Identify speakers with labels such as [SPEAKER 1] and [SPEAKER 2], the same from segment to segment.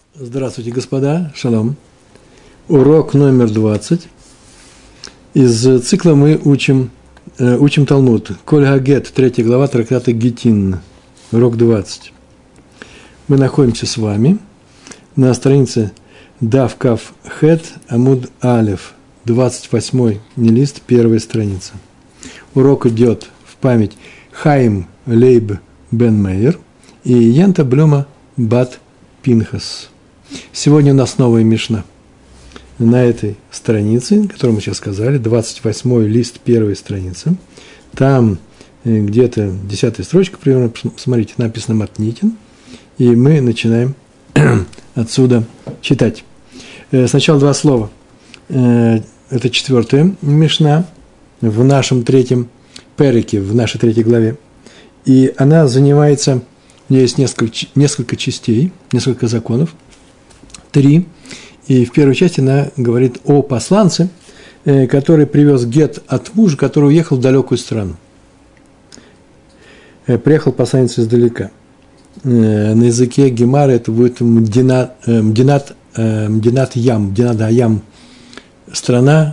[SPEAKER 1] Здравствуйте, господа, шалом. Урок номер 20. Из цикла мы учим Талмуд. Коль Гагет, 3 глава, трактата Гитин. Урок 20. Мы находимся с вами на странице Дав Кав Хет Амуд Алеф, 28-й лист, первая страница. Урок идет в память Хаим Лейб Бен Мейер и Янта Блюма Бат Пинхас. Сегодня у нас новая мишна. На этой странице, которую мы сейчас сказали, 28-й лист, первой страницы, там где-то 10-я строчка, примерно, смотрите, написано «Матнитин», и мы начинаем отсюда читать. Сначала два слова. Это 4-я мишна в нашем 3-м переке, в нашей 3 главе, и она занимается, у нее есть несколько частей, несколько законов, 3, и в первой части она говорит о посланце, который привез гет от мужа, который уехал в далекую страну. Приехал посланец издалека. На языке Гемары это будет Мдинат Ям, страна,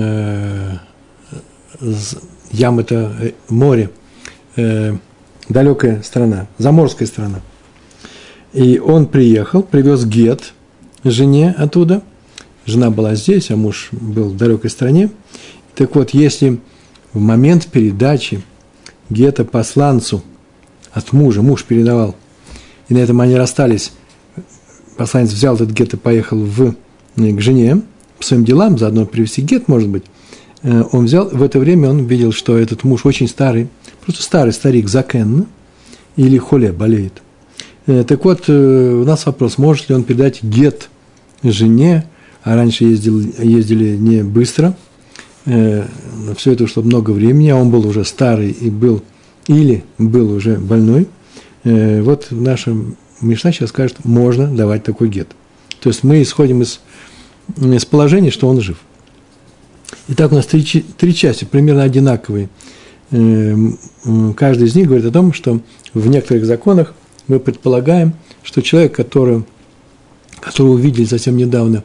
[SPEAKER 1] Ям – это море, далекая страна, заморская страна. И он приехал, привез гет жене оттуда. Жена была здесь, а муж был в далекой стране. Так вот, если в момент передачи гета посланцу от мужа, муж передавал, и на этом они расстались, посланец взял этот гет и поехал к жене по своим делам, заодно привезти гет, может быть, он взял, в это время он видел, что этот муж очень старый, просто старый старик, закен, или холе, болеет. Так вот, у нас вопрос, может ли он передать гет жене, а раньше ездили не быстро, на все это ушло много времени, а он был уже старый и был уже больной. Вот наша мишна сейчас скажет, можно давать такой гет. То есть мы исходим из положения, что он жив. Итак, у нас три части, примерно одинаковые. Каждый из них говорит о том, что в некоторых законах мы предполагаем, что человек, которого увидели совсем недавно,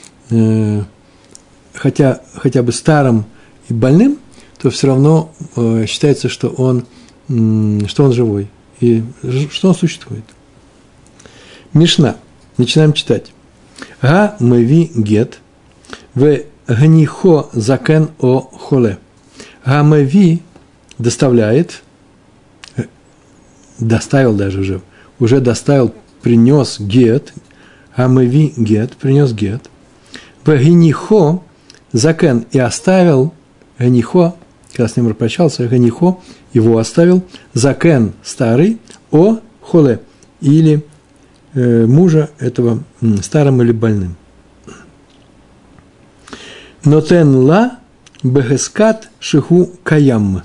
[SPEAKER 1] хотя бы старым и больным, то все равно считается, что он живой и что он существует. Мишна. Начинаем читать. Га мэви гет в гнихо закен о холе. Га мэви доставляет, доставил даже уже доставил, принес гет, амеви гет, принес гет, генихо закен и оставил, генихо, когда с ним распрощался, генихо его оставил, закен старый, о холе, или мужа этого старым или больным. Нотен ла бехескат шиху каям.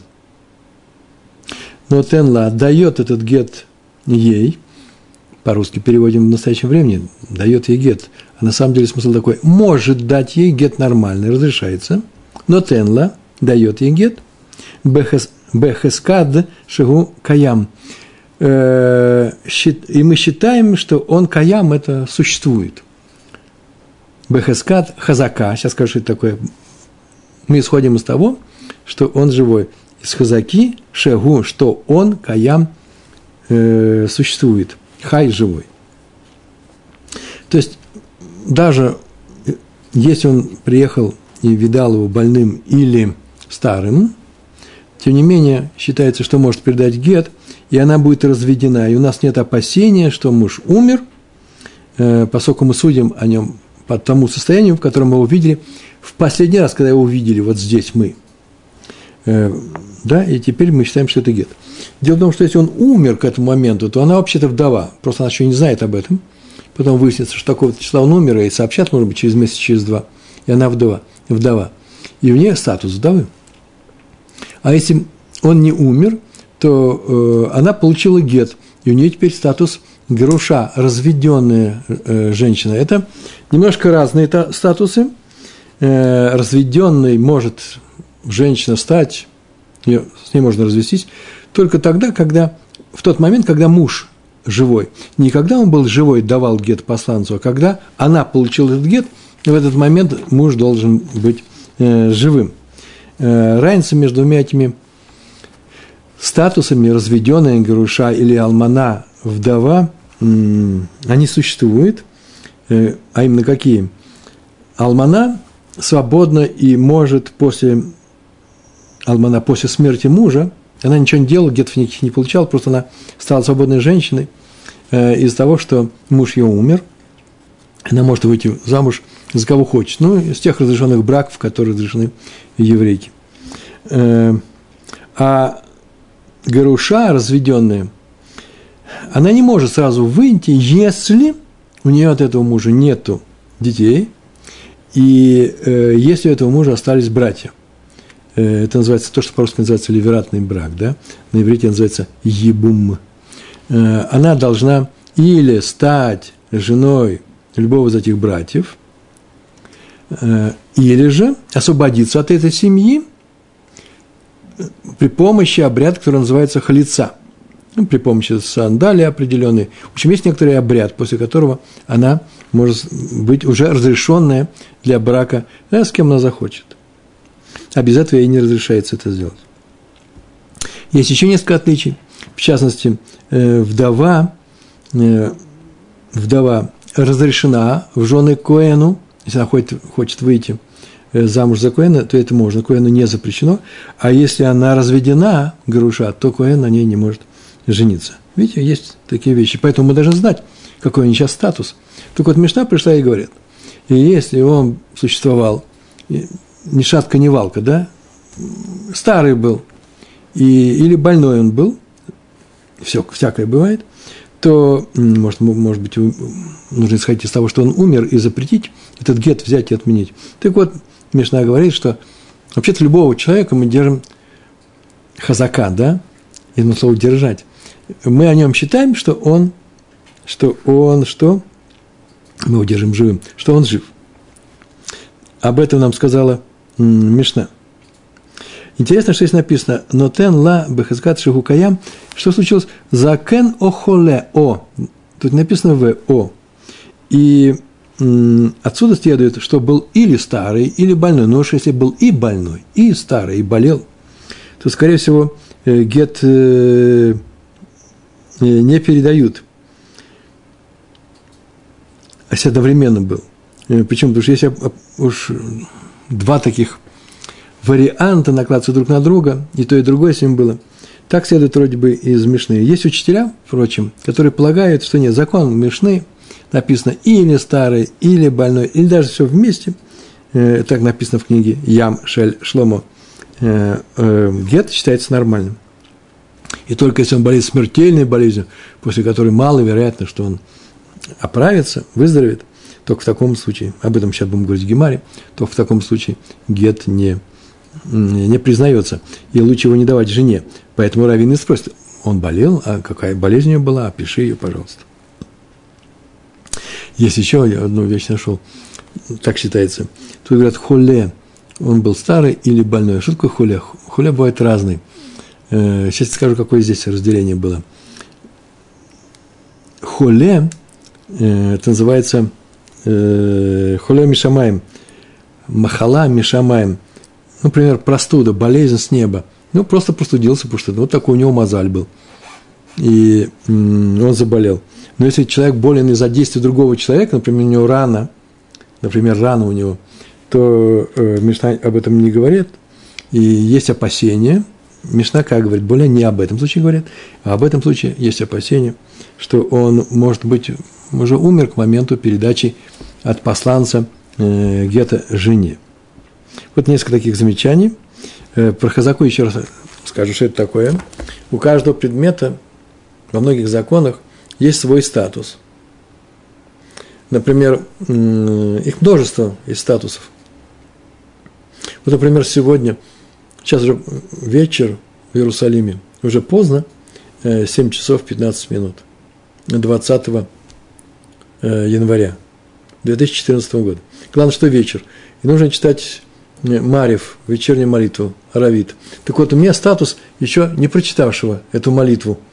[SPEAKER 1] Нотен ла дает этот гет ей, по-русски переводим в настоящем времени, дает ей гет. А на самом деле смысл такой, может дать ей гет нормальный, разрешается, но тенла дает ей гет, бехескад шигу каям. И мы считаем, что он каям, это существует. Бехескад хазака, сейчас скажу, что это такое. Мы исходим из того, что он живой. Из хазаки шегу, что он каям существует. Хай живой. То есть, даже если он приехал и видал его больным или старым, тем не менее, считается, что может передать гет, и она будет разведена. И у нас нет опасения, что муж умер, поскольку мы судим о нем по тому состоянию, в котором мы его видели в последний раз, когда его увидели, вот здесь мы. Да, и теперь мы считаем, что это гет. Дело в том, что если он умер к этому моменту, то она вообще-то вдова, просто она еще не знает об этом. Потом выяснится, что такого-то числа он умер, и сообщат, может быть, через месяц, через два, и она вдова. И у нее статус вдовы. А если он не умер, то она получила гет, и у нее теперь статус геруша, разведенная женщина. Это немножко разные статусы. Разведенной может женщина стать, с ней можно развестись, только тогда, когда, в тот момент, когда муж живой. Не когда он был живой, давал гет посланцу, а когда она получила этот гет, в этот момент муж должен быть живым. Разница между двумя этими статусами, разведенная геруша или алмана, вдова, они существуют, а именно какие? Алмана свободна и может после смерти мужа, она ничего не делала, гетов никаких не получала, просто она стала свободной женщиной из-за того, что муж ее умер. Она может выйти замуж за кого хочет, ну, из тех разрешенных браков, которые разрешены еврейке. А геруша, разведенная, она не может сразу выйти, если у нее от этого мужа нету детей, и если у этого мужа остались братья. Это называется, то, что по-русски называется левератный брак, да? На иврите называется ебум. Она должна или стать женой любого из этих братьев, или же освободиться от этой семьи при помощи обряда, который называется халица, при помощи сандалии определенной. В общем, есть некоторый обряд, после которого она может быть уже разрешенная для брака, с кем она захочет. А без этого ей не разрешается это сделать. Есть еще несколько отличий. В частности, вдова разрешена в жены коэну, если она хочет выйти замуж за коэна, то это можно, коэну не запрещено. А если она разведена, геруша, то коэн на ней не может жениться. Видите, есть такие вещи. Поэтому мы должны знать, какой у них сейчас статус. Так вот, Мишна пришла и говорит, и если он существовал, ни шатка, ни валка, да, старый был, или больной он был, всякое бывает, то, может быть, нужно исходить из того, что он умер, и запретить этот гет взять и отменить. Так вот, Мишна говорит, что вообще-то любого человека мы держим хазака, да, это слово «держать». Мы о нем считаем, что мы его держим живым, что он жив. Об этом нам сказала Мишна. Интересно, что здесь написано «Нотен ла бехазкат шигукаям». Что случилось? «Закен охоле о». Тут написано «в о». И отсюда следует, что был или старый, или больной. Но уж если был и больной, и старый, и болел, то, скорее всего, гет не передают. А если одновременно был. Почему? Потому что если уж два таких варианта накладываются друг на друга, и то, и другое с ним было, так следует вроде бы из Мишны. Есть учителя, впрочем, которые полагают, что нет, закон Мишны написано или старый, или больной, или даже все вместе. Так написано в книге Ям Шель Шломо. Гет считается нормальным. И только если он болеет смертельной болезнью, после которой маловероятно, что он оправится, выздоровеет, только в таком случае, об этом сейчас будем говорить в Гемаре, только в таком случае гет не признается, и лучше его не давать жене. Поэтому раввин и спросит, он болел, а какая болезнь у него была, опиши ее, пожалуйста. Есть еще, я одну вещь нашел, так считается. Тут говорят, холе, он был старый или больной. Что такое холе? Холе бывает разный. Сейчас я скажу, какое здесь разделение было. Холе, это называется холе мишамаем, махала мишамаем. Например, простуда, болезнь с неба. Просто простудился, потому что вот такой у него мозаль был. И он заболел. Но если человек болен из-за действия другого человека, например, у него рана у него, то Мишна об этом не говорит. И есть опасения. Мишна, как говорит, более не об этом случае говорит, а об этом случае есть опасения, что он, может быть, уже умер к моменту передачи от посланца гета жене. Вот несколько таких замечаний. Про хазаку еще раз скажу, что это такое. У каждого предмета во многих законах есть свой статус. Например, их множество из статусов. Вот, например, сегодня, сейчас уже вечер в Иерусалиме, уже поздно, 7 часов 15 минут, 20 января 2014 года. Главное, что вечер. И нужно читать Марев, вечернюю молитву, Аравит. Так вот, у меня статус еще не прочитавшего эту молитву.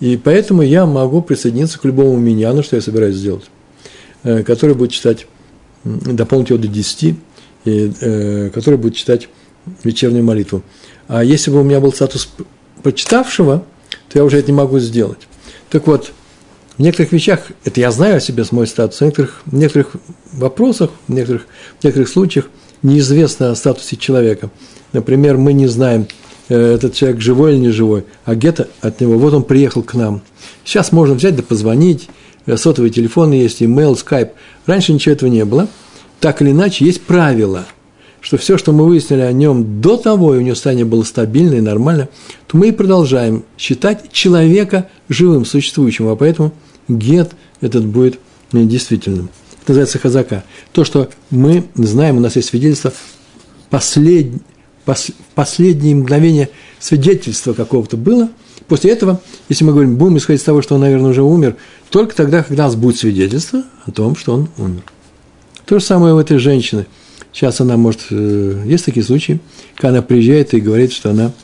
[SPEAKER 1] И поэтому я могу присоединиться к любому миньяну, что я собираюсь сделать, который будет читать, дополнить его до 10, и, который будет читать вечернюю молитву. А если бы у меня был статус прочитавшего, то я уже это не могу сделать. Так вот, в некоторых вещах, это я знаю о себе, мой статус, в некоторых вопросах, в некоторых случаях неизвестно о статусе человека. Например, мы не знаем, этот человек живой или не живой, а где-то от него, вот он приехал к нам. Сейчас можно взять да позвонить, сотовый телефон есть, имейл, скайп. Раньше ничего этого не было. Так или иначе, есть правило, что все, что мы выяснили о нем до того, и у него состояние было стабильно и нормально, то мы и продолжаем считать человека живым, существующим, а поэтому гет этот будет действительным. Это называется хазака. То, что мы знаем, у нас есть свидетельство, последние мгновения свидетельства какого-то было. После этого, если мы говорим, будем исходить из того, что он, наверное, уже умер, только тогда, когда у нас будет свидетельство о том, что он умер. То же самое у этой женщины. Сейчас она может, есть такие случаи, когда она приезжает и говорит, что она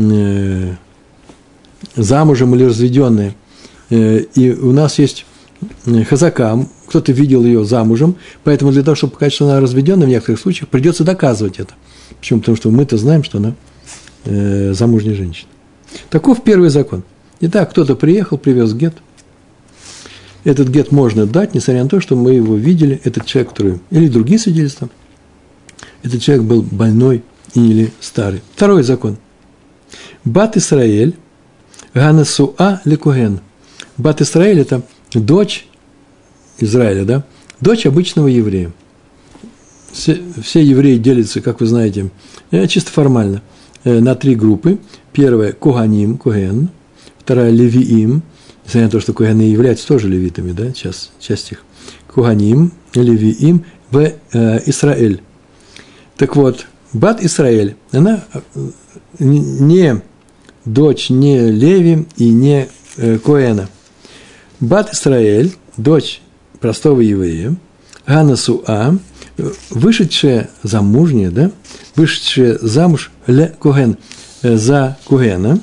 [SPEAKER 1] замужем или разведенная. И у нас есть хазака, кто-то видел ее замужем, поэтому для того, чтобы показать, что она разведенная в некоторых случаях, придется доказывать это. Почему? Потому что мы-то знаем, что она замужняя женщина. Таков первый закон. Итак, кто-то приехал, привез гет. Этот гет можно дать, несмотря на то, что мы его видели, этот человек, который, или другие свидетельства, этот человек был больной или старый. Второй закон. Бат Исраэль, Ганесуа лекуген. Бат Исраэль – это дочь Израиля, да? Дочь обычного еврея. Все евреи делятся, как вы знаете, чисто формально, на три группы. Первая – Коганим, Коген. Вторая – Левиим. Несмотря на то, что Когены являются тоже левитами, да, часть их. Коганим, Левиим, Исраэль. Так вот, Бат Исраэль, она не дочь не Леви и не Коэна. Бат Исраэль, дочь простого еврея, Ганасуа, вышедшая замужняя, да, вышедшая замуж ле Коген, за Когена.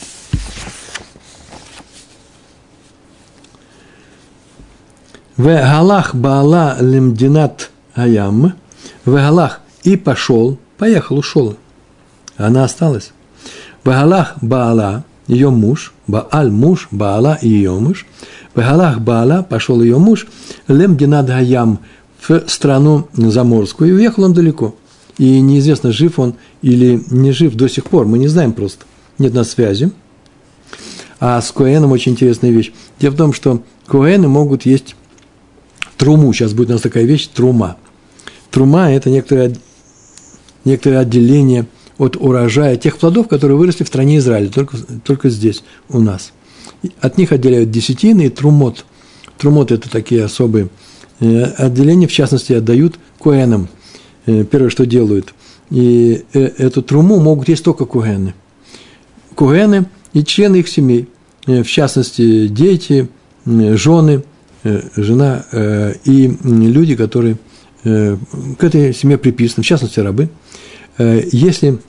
[SPEAKER 1] Вегалах Баала лемдинат Аям, Вегалах и пошел, поехал, ушел. Она осталась. Вегалах Баала, ее муж, Бааль муж, Баала и ее муж. Вегалах Баала, пошел ее муж, лемдинат Аям, в страну заморскую, и уехал он далеко. И неизвестно, жив он или не жив до сих пор, мы не знаем просто, нет на связи. А с Коэном очень интересная вещь. Дело в том, что Коэны могут есть труму. Сейчас будет у нас такая вещь – трума. Трума – это некоторое отделение от урожая тех плодов, которые выросли в стране Израиля, только здесь, у нас. От них отделяют десятины и трумот. Трумот – это такие особые отделения, в частности, отдают коэнам. Первое, что делают. И эту труму могут есть только коэны. Коэны и члены их семей, в частности, дети, жены, жена и люди, которые к этой семье приписаны, в частности, рабы. Если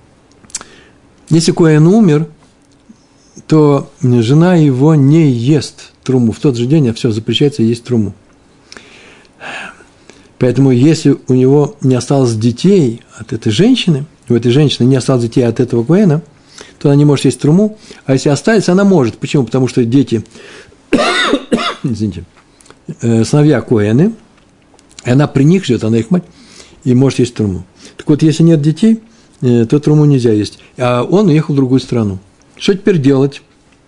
[SPEAKER 1] коэн умер, то жена его не ест труму. В тот же день все запрещается есть труму. Поэтому, если у него не осталось детей от этой женщины, у этой женщины не осталось детей от этого коэна, то она не может есть труму, а если остались, она может. Почему? Потому что дети, извините, сыновья коэны, и она при них живет, она их мать, и может есть труму. Так вот, если нет детей, то труму нельзя есть. А он уехал в другую страну. Что теперь делать?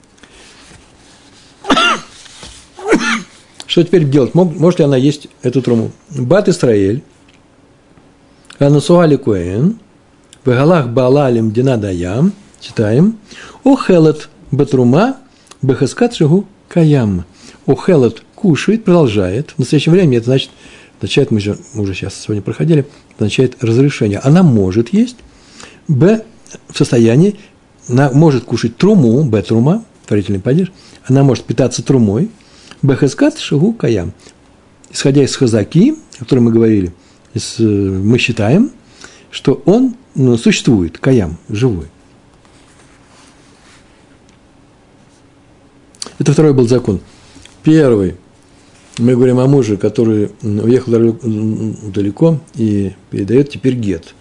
[SPEAKER 1] Что теперь делать? Может ли она есть эту труму? Бат Исраэль, Ганасуали Коэн, Вегалах Баалалим Динадаям, читаем, Охелет Батрума, Бехаскат Шигу Каям. Охелет кушает, продолжает. В настоящее время это значит, означает, мы уже сейчас сегодня проходили, означает разрешение. Она может есть, в состоянии, она может кушать труму, трума, творительный падеж, она может питаться трумой, Бехаскат Шигу Каям. Исходя из хазаки, о которой мы говорили, мы считаем, что он существует, Каям, живой. Это второй был закон. Первый. Мы говорим о муже, который уехал далеко и передает теперь гет.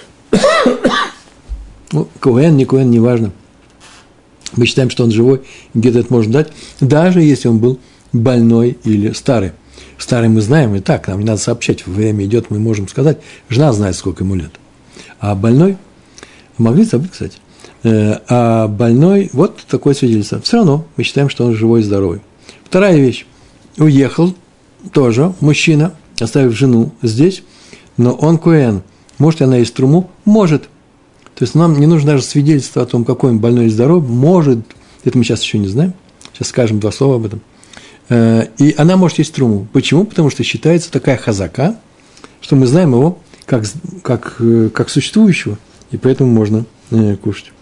[SPEAKER 1] Ну, коэн, не важно. Мы считаем, что он живой, гет это можно дать, даже если он был больной или старый. Старый мы знаем, и так, нам не надо сообщать, время идет, мы можем сказать, жена знает, сколько ему лет. А больной, могли забыть, кстати, а больной, вот такое свидетельство. Все равно мы считаем, что он живой и здоровый. Вторая вещь. Уехал тоже мужчина, оставив жену здесь, но он коэн. Может ли она есть труму? Может. То есть нам не нужно даже свидетельство о том, какой он больной или здоровый. Может. Это мы сейчас еще не знаем. Сейчас скажем два слова об этом. И она может есть труму. Почему? Потому что считается такая хазака, что мы знаем его как существующего, и поэтому можно кушать.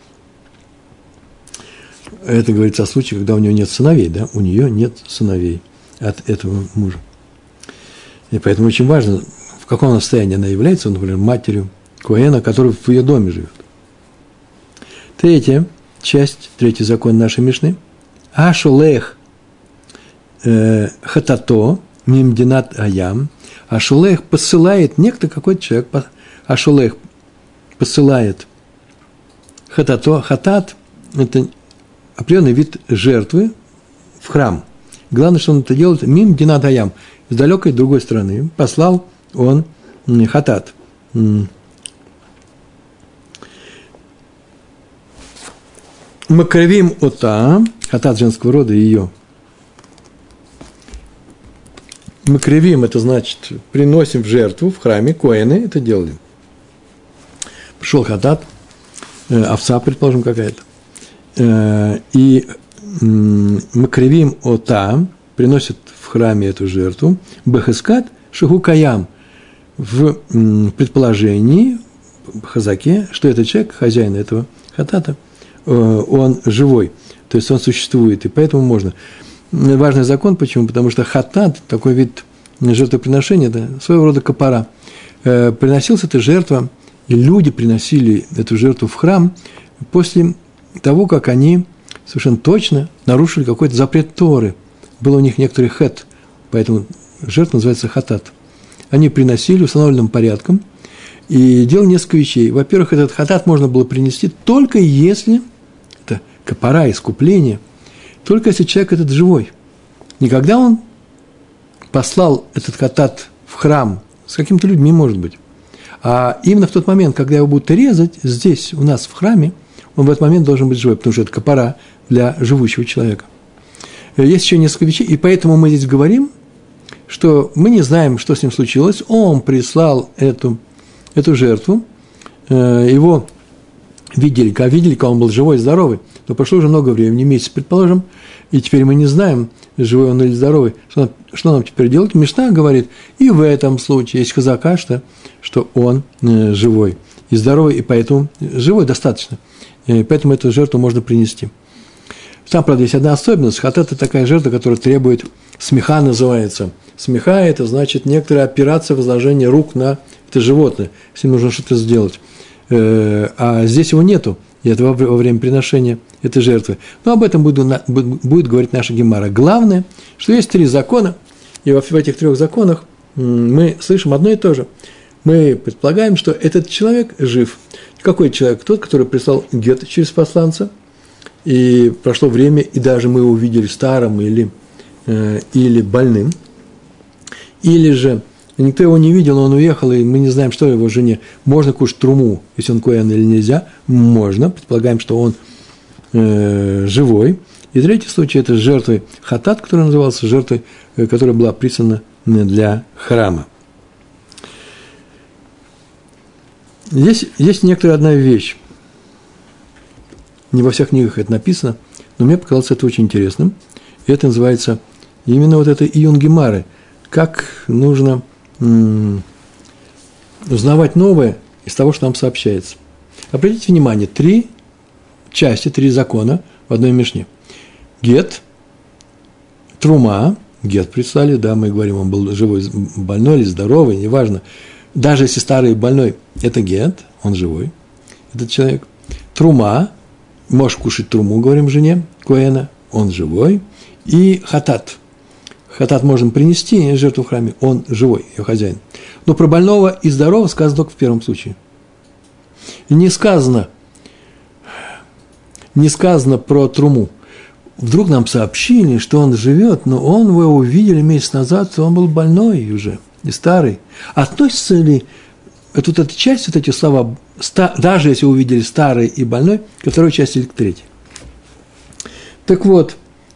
[SPEAKER 1] Это говорится о случае, когда у нее нет сыновей, да? У нее нет сыновей от этого мужа. И поэтому очень важно, в каком состоянии она является, например, матерью коэна, который в ее доме живет. Третья часть, третий закон нашей Мишны. Ашулех хатато мимдинат аям. Ашулех посылает, некто какой-то человек, ашулех посылает хатато. Хатат – это определенный вид жертвы в храм. Главное, что он это делает мимдинат аям. С далекой другой стороны послал он хатат. Макровим ота, хатат женского рода, ее. Макровим, это значит, приносим в жертву в храме, коэны это делали. Пришел хатат, овца, предположим, какая-то. И макровим ота, приносит в храме эту жертву, бехескат шигукаям, в предположении, в хазаке, что этот человек, хозяин этого хатата, он живой, то есть он существует, и поэтому можно. Важный закон, почему? Потому что хатат, такой вид жертвоприношения, это своего рода капара. Приносилась эта жертва, и люди приносили эту жертву в храм после того, как они совершенно точно нарушили какой-то запрет Торы. Был у них некоторый хэт, поэтому жертва называется хатат. Они приносили установленным порядком и делали несколько вещей. Во-первых, этот хатат можно было принести только если, это капара, искупление, только если человек этот живой. Не когда он послал этот хатат в храм, с какими-то людьми, может быть, а именно в тот момент, когда его будут резать здесь, у нас в храме, он в этот момент должен быть живой, потому что это капара для живущего человека. Есть еще несколько вещей, и поэтому мы здесь говорим, что мы не знаем, что с ним случилось. Он прислал эту жертву, его видели, когда он был живой и здоровый, но прошло уже много времени, месяц, предположим, и теперь мы не знаем, живой он или здоровый. Что нам теперь делать? Мишна говорит, и в этом случае есть хазака, что он живой и здоровый, и поэтому живой достаточно. И поэтому эту жертву можно принести. Там, правда, есть одна особенность. Хатат – это такая жертва, которая требует, смеха называется. Смеха – это значит некоторая операция возложения рук на это животное. С ним нужно что-то сделать. А здесь его нету. И это во время приношения этой жертвы. Но об этом будет говорить наша Гемара. Главное, что есть 3 закона, и в этих 3 законах мы слышим одно и то же. Мы предполагаем, что этот человек жив. Какой человек? Тот, который прислал гет через посланца, и прошло время, и даже мы его увидели старым или больным. Или же никто его не видел, он уехал, и мы не знаем, что его жене. Можно кушать труму, если он коэн, или нельзя? Можно, предполагаем, что он живой. И третий случай – это жертвой хатат, который назывался жертвой, которая была прислана для храма. Здесь есть некоторая одна вещь. Не во всех книгах это написано, но мне показалось это очень интересным. И это называется именно вот это Iyun Гемары. Как нужно узнавать новое из того, что нам сообщается. Обратите внимание, 3 части, 3 закона в одной мишне. Гет, трума, гет прислали, да, мы говорим, он был живой, больной или здоровый, неважно. Даже если старый и больной, это гет, он живой, этот человек. Трума, можешь кушать труму, говорим жене коэна, он живой. и хатат. Хатат можно принести жертву в храме, он живой, ее хозяин. Но про больного и здорового сказано только в первом случае. И не сказано про труму. Вдруг нам сообщили, что он живет, но он, вы его увидели месяц назад, он был больной уже, и старый. Относится ли вот эта часть, вот эти слова, даже если увидели старый и больной, ко второй части или к третьей? Так вот,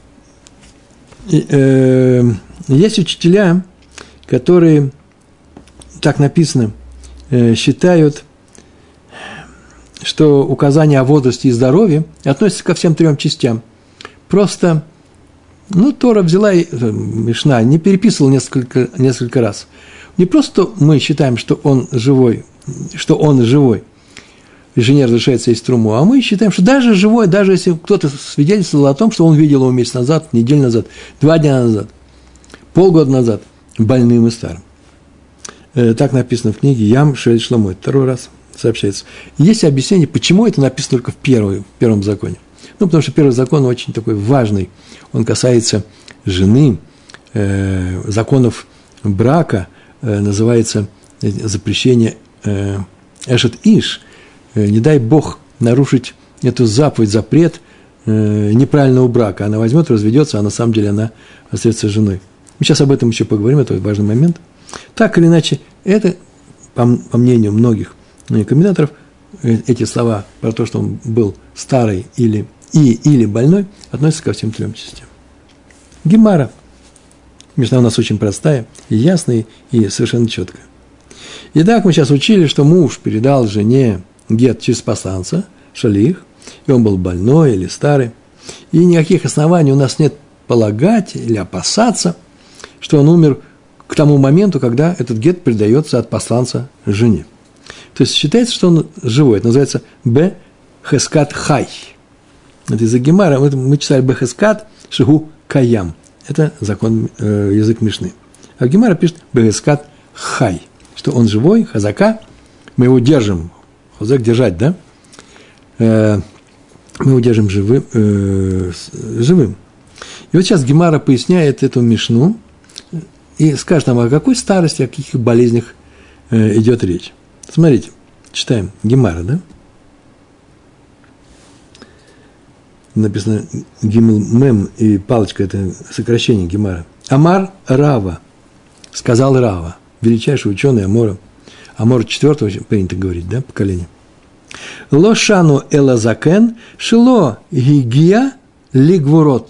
[SPEAKER 1] есть учителя, которые, так написано, считают, что указание о возрасте и здоровье относится ко всем трем частям. Просто, Тора взяла, Мишна не переписывала несколько раз. Не просто мы считаем, что он живой, и жене разрешается есть труму, а мы считаем, что даже живой, даже если кто-то свидетельствовал о том, что он видел его месяц назад, неделю назад, 2 дня назад, полгода назад, больным и старым. Так написано в книге Ям Шель Шломо, второй раз сообщается. Есть объяснение, почему это написано только в первом законе. Потому что первый закон очень такой важный, он касается жены, законов брака, называется запрещение эшет иш. Не дай Бог нарушить эту заповедь, запрет неправильного брака. Она возьмет, разведется, а на самом деле она остается женой. Мы сейчас об этом еще поговорим, это важный момент. Так или иначе, это, по мнению многих комментаторов, эти слова про то, что он был старый или больной, относятся ко всем трем частям. Гемара. Мишна у нас очень простая, и ясная, и совершенно четкая. Итак, мы сейчас учили, что муж передал жене гет через посланца, шалих, и он был больной или старый. И никаких оснований у нас нет полагать или опасаться, что он умер к тому моменту, когда этот гет передается от посланца жене. То есть считается, что он живой. Это называется бе-хескат хай. Это из-за Гемара. Мы читали бе-хескат шигу каям. Это закон, язык Мишны. А Гемара пишет бе-хескат хай, что он живой, хазака. Мы его держим. Хазак держать, да? Мы его держим живым. И вот сейчас Гемара поясняет эту Мишну и скажет нам, о какой старости, о каких болезнях идет речь. Смотрите, читаем Гемара, да? Написано Гимл Мем и палочка – это сокращение Гемара. Амар Рава, сказал Рава, величайший ученый Амора. Амор 4 принято говорить, да, поколение. Лошану элазакен шило гигия лигвурот.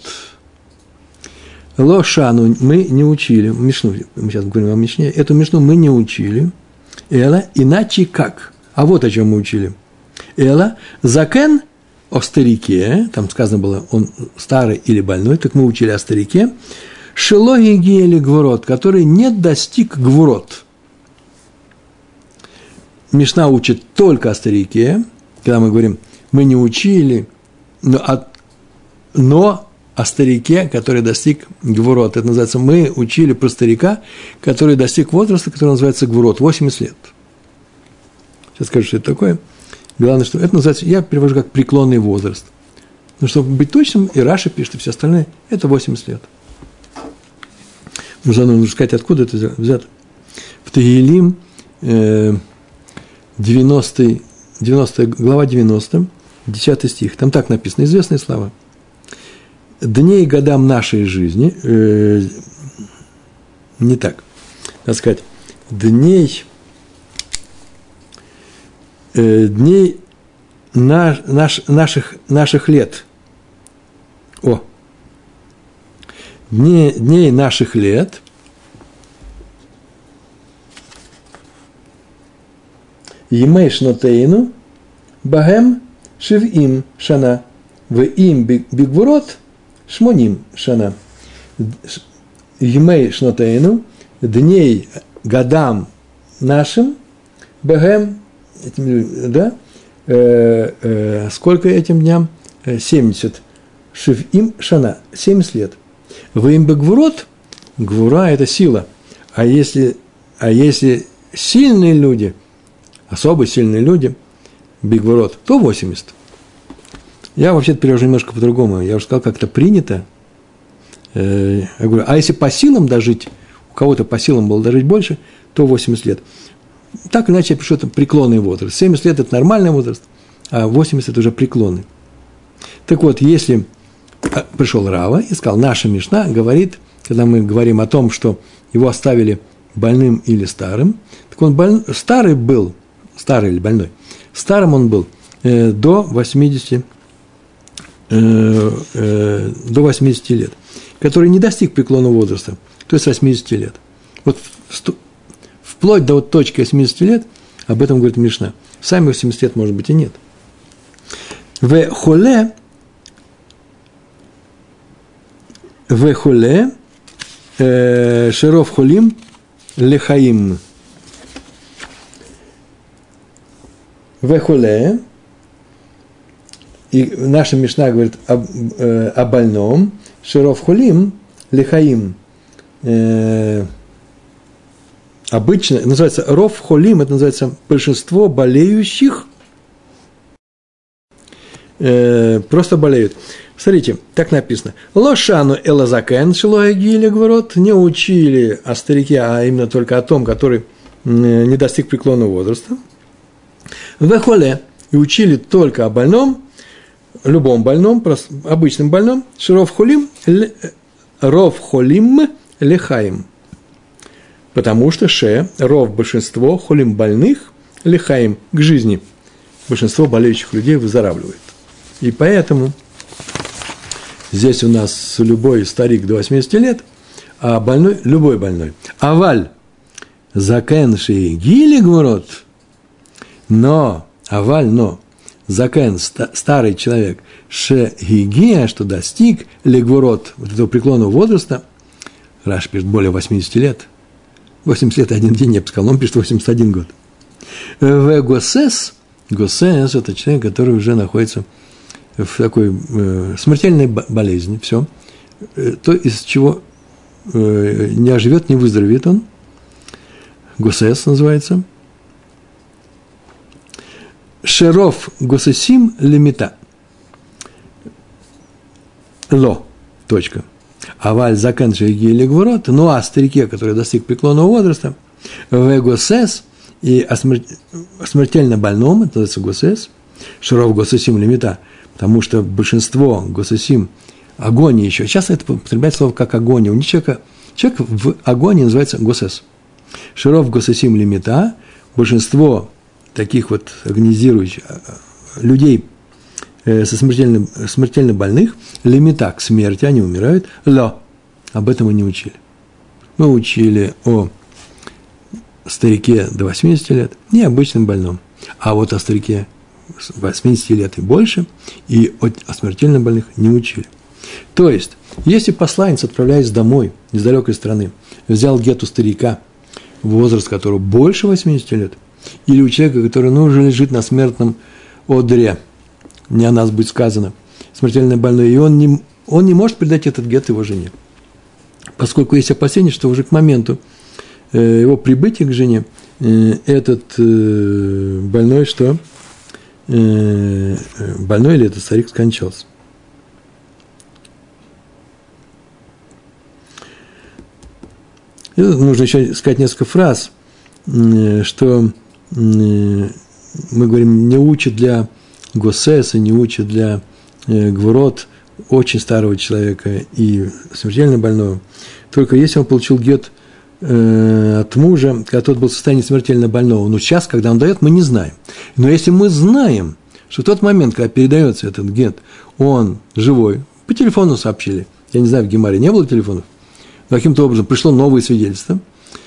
[SPEAKER 1] Лошану мы не учили, Мишну, мы сейчас говорим о Мишне, эту Мишну мы не учили. Эла, иначе как? А вот о чем мы учили. Эла, закен о старике, там сказано было, он старый или больной, так мы учили о старике, шилоги гиели гвурот, который не достиг гвурот. Мишна учит только о старике, когда мы говорим, мы не учили, но о старике, который достиг гвурот. Это называется, мы учили про старика, который достиг возраста, который называется гвурот, 80 лет. Сейчас скажу, что это такое. Главное, что это называется, я перевожу как преклонный возраст. Но чтобы быть точным, и Раши пишет, и все остальные, это 80 лет. Нужно сказать, откуда это взято. В Тегилим 90 глава 90, 10 стих, там так написано, известные слова. Дней и годам нашей жизни, не так, надо сказать, дней наших лет, дней наших лет, Емей шнотейну, багем шивим шана, в им бигвурот шмоним шана. Емей шнотейну, дней годам нашим, багем, да, сколько этим дням? 70. Шивим шана, 70 лет. В им бигвурот, гвура – это сила. А если сильные люди, особо сильные люди, бигвурот, то 80. Я вообще-то перевожу немножко по-другому. Я уже сказал, как это принято Я говорю, а если по силам дожить, у кого-то по силам было дожить больше, то 80 лет. Так или иначе я пишу, это преклонный возраст. 70 лет – это нормальный возраст, а 80 – это уже преклонный. Так вот, если пришел Рава и сказал, наша Мишна говорит, когда мы говорим о том, что его оставили больным или старым, так он старый был, старый или больной, старым он был до 80 лет, который не достиг преклонного возраста, то есть 80 лет. Вот вплоть до вот точки 80 лет, об этом говорит Мишна. Сами 80 лет, может быть, и нет. В холе шеров холим лехаим. В холе, и наша Мишна говорит о больном, шеров холим лехаим. Обычно, называется ров холим, это называется большинство болеющих, просто болеют. Смотрите, так написано. Лошану элазакен шилоя гиля гворот, не учили о старике, а именно только о том, который не достиг преклонного возраста. Вехоле, и учили только о больном, любом больном, обычном больном, широв холим, ров холим лехаим. Потому что ров большинство, холим больных, лехаим к жизни. Большинство болеющих людей выздоравливает. И поэтому здесь у нас любой старик до 80 лет, а больной, любой больной. Аваль, закен ши гили гворот, но, закен, старый человек, ше гигия, что достиг легворот, вот этого преклонного возраста, Раш пишет, более 80 лет, 80 лет и один день, я бы сказал, он пишет 81 год. В госес, это человек, который уже находится в такой смертельной болезни, все, то, из чего не оживет, не выздоровеет он, госес называется, шеров госесим лимита, точка. Аваль заканчивая гили гворот, ну а старике, который достиг преклонного возраста, в госес и о смертельно больном, это называется госес, шеров госесим лимита, потому что большинство госесим, агония еще, часто это употребляет слово как агония, у человек в агонии называется госес. Шеров госесим лимита, большинство таких вот агонизирующих людей со смертельно больных, лимита к смерти, они умирают, об этом мы не учили. Мы учили о старике до 80 лет, не обычном больном, а вот о старике 80 лет и больше, и о смертельно больных не учили. То есть, если посланец, отправляясь домой из далекой страны, взял гет у старика, возраст которого больше 80 лет, или у человека, который уже лежит на смертном одре, не о нас будет сказано, смертельно больной, и он не может передать этот гет его жене. Поскольку есть опасение, что уже к моменту его прибытия к жене этот больной, больной или этот старик скончался. И нужно еще сказать несколько фраз, что мы говорим, не учат для госеса, не учат для гворот очень старого человека и смертельно больного. Только если он получил гет от мужа, когда тот был в состоянии смертельно больного. Но сейчас, когда он дает, мы не знаем. Но если мы знаем, что в тот момент, когда передается этот гет, он живой, по телефону сообщили, я не знаю, в Гемаре не было телефонов, но каким-то образом пришло новое свидетельство,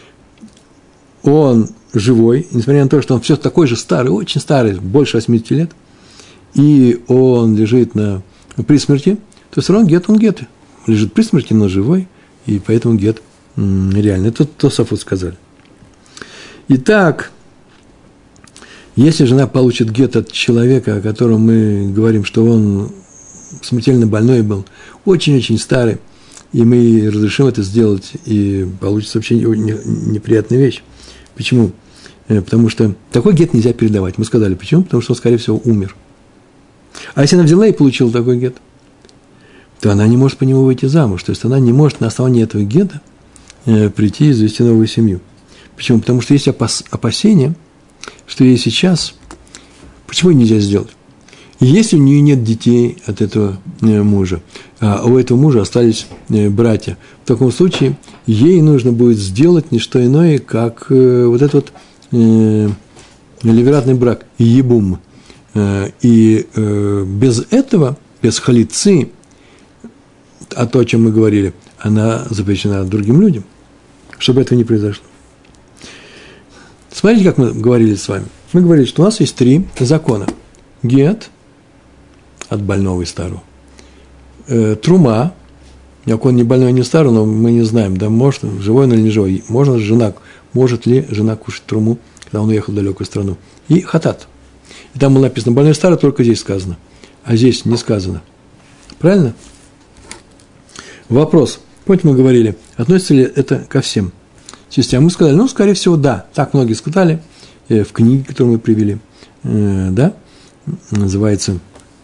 [SPEAKER 1] он живой, несмотря на то, что он все такой же старый, очень старый, больше 80 лет, и он лежит при смерти, то все равно он гет, лежит при смерти, но живой, и поэтому гет реально. Это Тосафот сказали. Итак, если жена получит гет от человека, о котором мы говорим, что он смертельно больной был, очень-очень старый, и мы разрешим это сделать, и получится вообще неприятная вещь. Почему? Потому что такой гет нельзя передавать. Мы сказали, почему? Потому что он, скорее всего, умер. А если она взяла и получила такой гет? то она не может по нему выйти замуж. То есть она не может на основании этого гета прийти и завести новую семью. Почему? Потому что есть опасения, что ей сейчас... Почему нельзя сделать? Если у нее нет детей от этого мужа, а у этого мужа остались братья, в таком случае ей нужно будет сделать не что иное, как вот этот вот левератный брак, ебум. И без этого, без халицы, а то, о чем мы говорили, она запрещена другим людям, чтобы этого не произошло. Смотрите, как мы говорили с вами. Мы говорили, что у нас есть 3 закона. Гет от больного и старого. Трума, он не больной, не старый, но мы не знаем, да, может, живой он или не живой. Может ли жена кушать труму, когда он уехал в далекую страну. И хатат. И там было написано, больной и старый, только здесь сказано. А здесь не сказано. Правильно? Вопрос. Помните, мы говорили, относится ли это ко всем частям? Мы сказали, скорее всего, да. Так многие сказали в книге, которую мы привели. Да? Называется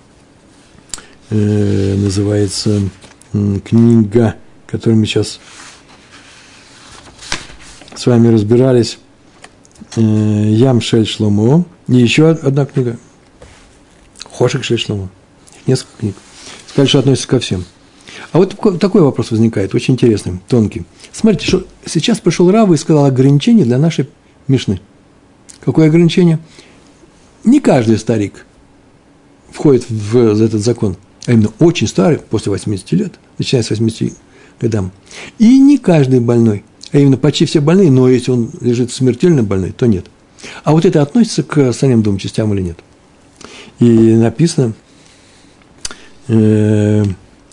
[SPEAKER 1] книга, которую мы сейчас с вами разбирались, Ям Шель Шломо, и еще одна книга, Хошек Шель Шломо, несколько книг. Сказали, что относится ко всем. А вот такой вопрос возникает, очень интересный, тонкий. Смотрите, что сейчас пришел Рав и сказал ограничение для нашей Мишны. Какое ограничение? Не каждый старик входит в этот закон, а именно очень старый, после 80 лет, начиная с 80 годам. И не каждый больной, а именно почти все больные, но если он лежит смертельно больной, то нет. А вот это относится к остальным 2 частям или нет? И написано, что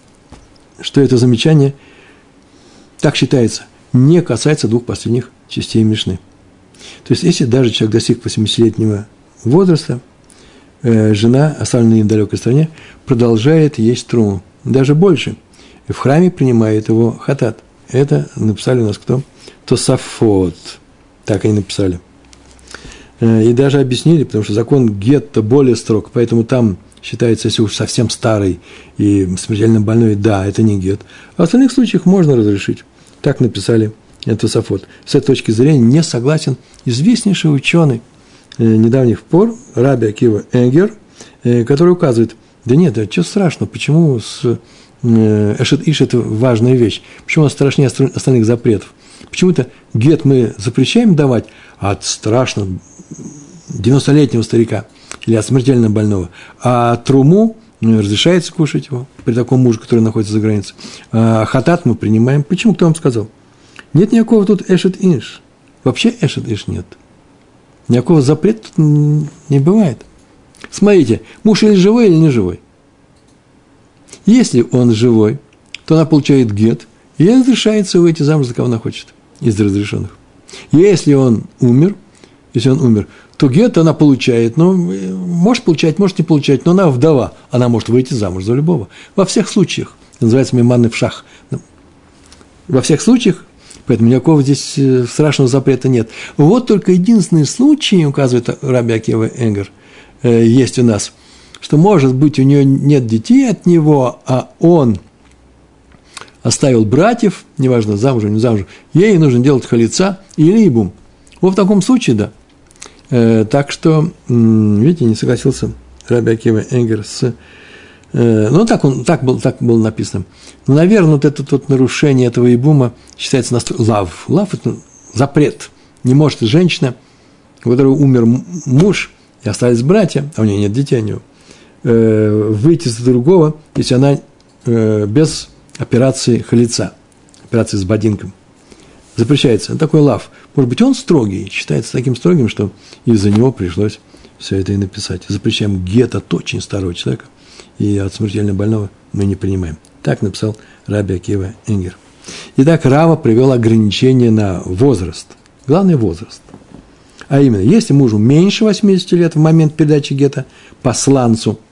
[SPEAKER 1] это замечание, так считается, не касается 2 последних частей Мишны. То есть, если даже человек достиг 80-летнего возраста, жена, оставленная в далекой стране, продолжает есть труму. Даже больше. В храме принимает его хатат. Это написали у нас кто? Тосафот. Так они написали. И даже объяснили, потому что закон гетто более строг, поэтому там считается, если уж совсем старый и смертельно больной, да, это не гет. А в остальных случаях можно разрешить. Так написали Тосафот. С этой точки зрения не согласен известнейший ученый недавних пор, Раби Акива Энгер, который указывает, да нет, да что страшно, почему Эшет Иш – это важная вещь, почему он страшнее остальных запретов? Почему-то гет мы запрещаем давать от страшно 90-летнего старика или от смертельно больного, а труму разрешается кушать его при таком муже, который находится за границей. А хатат мы принимаем. Почему? Кто вам сказал? Нет никакого тут Эшет Иш. Вообще Эшет Иш нет. Никакого запрета тут не бывает. Смотрите, муж или живой, или не живой. Если он живой, то она получает гет, и ей разрешается выйти замуж, за кого она хочет, из разрешенных. Если он умер, то гет она получает, может получать, может не получать, но она вдова, она может выйти замуж за любого. Во всех случаях, это называется миманный вшах. Во всех случаях, поэтому никакого здесь страшного запрета нет. Вот только единственный случай, указывает Раби Акива Энгер, есть у нас, что, может быть, у нее нет детей от него, а он оставил братьев, неважно, замужем, не замужем, ей нужно делать халица или ибум. Вот в таком случае, да. Так что, видите, не согласился Раби Акива Энгер с... так было написано. Но, наверное, вот это вот нарушение этого ибума считается лав. Лав – это запрет. Не может женщина, у которой умер муж, и остались братья, а у нее нет детей у него, выйти за другого, если она без операции халица, операции с бодинком. Запрещается. Такой лав. Может быть, он строгий, считается таким строгим, что из-за него пришлось все это и написать. Запрещаем гет от очень старого человека, и от смертельно больного мы не принимаем. Так написал Раби Акива Энгер. Итак, Рава привел ограничение на возраст. Главный возраст. А именно, если мужу меньше 80 лет в момент передачи гета посланцу,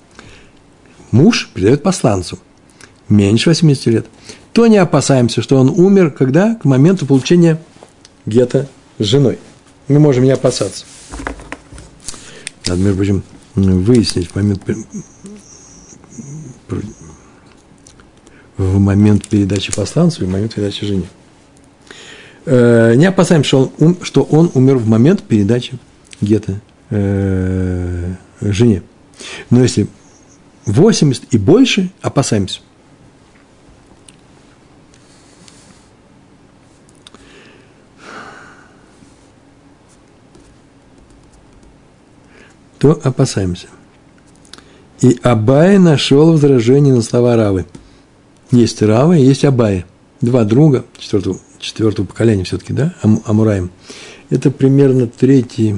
[SPEAKER 1] муж передает посланцу меньше 80 лет, то не опасаемся, что он умер, когда? К моменту получения гета с женой. Мы можем не опасаться. Надо, между прочим, выяснить в момент в момент передачи посланцу и в момент передачи жене. Не опасаемся, что он умер в момент передачи гета жене. Но если 80 и больше, опасаемся. То опасаемся. И Абай нашел возражение на слова Равы. Есть Рава и есть Абай. Два друга четвертого поколения все-таки, да, Амураим. Это примерно третий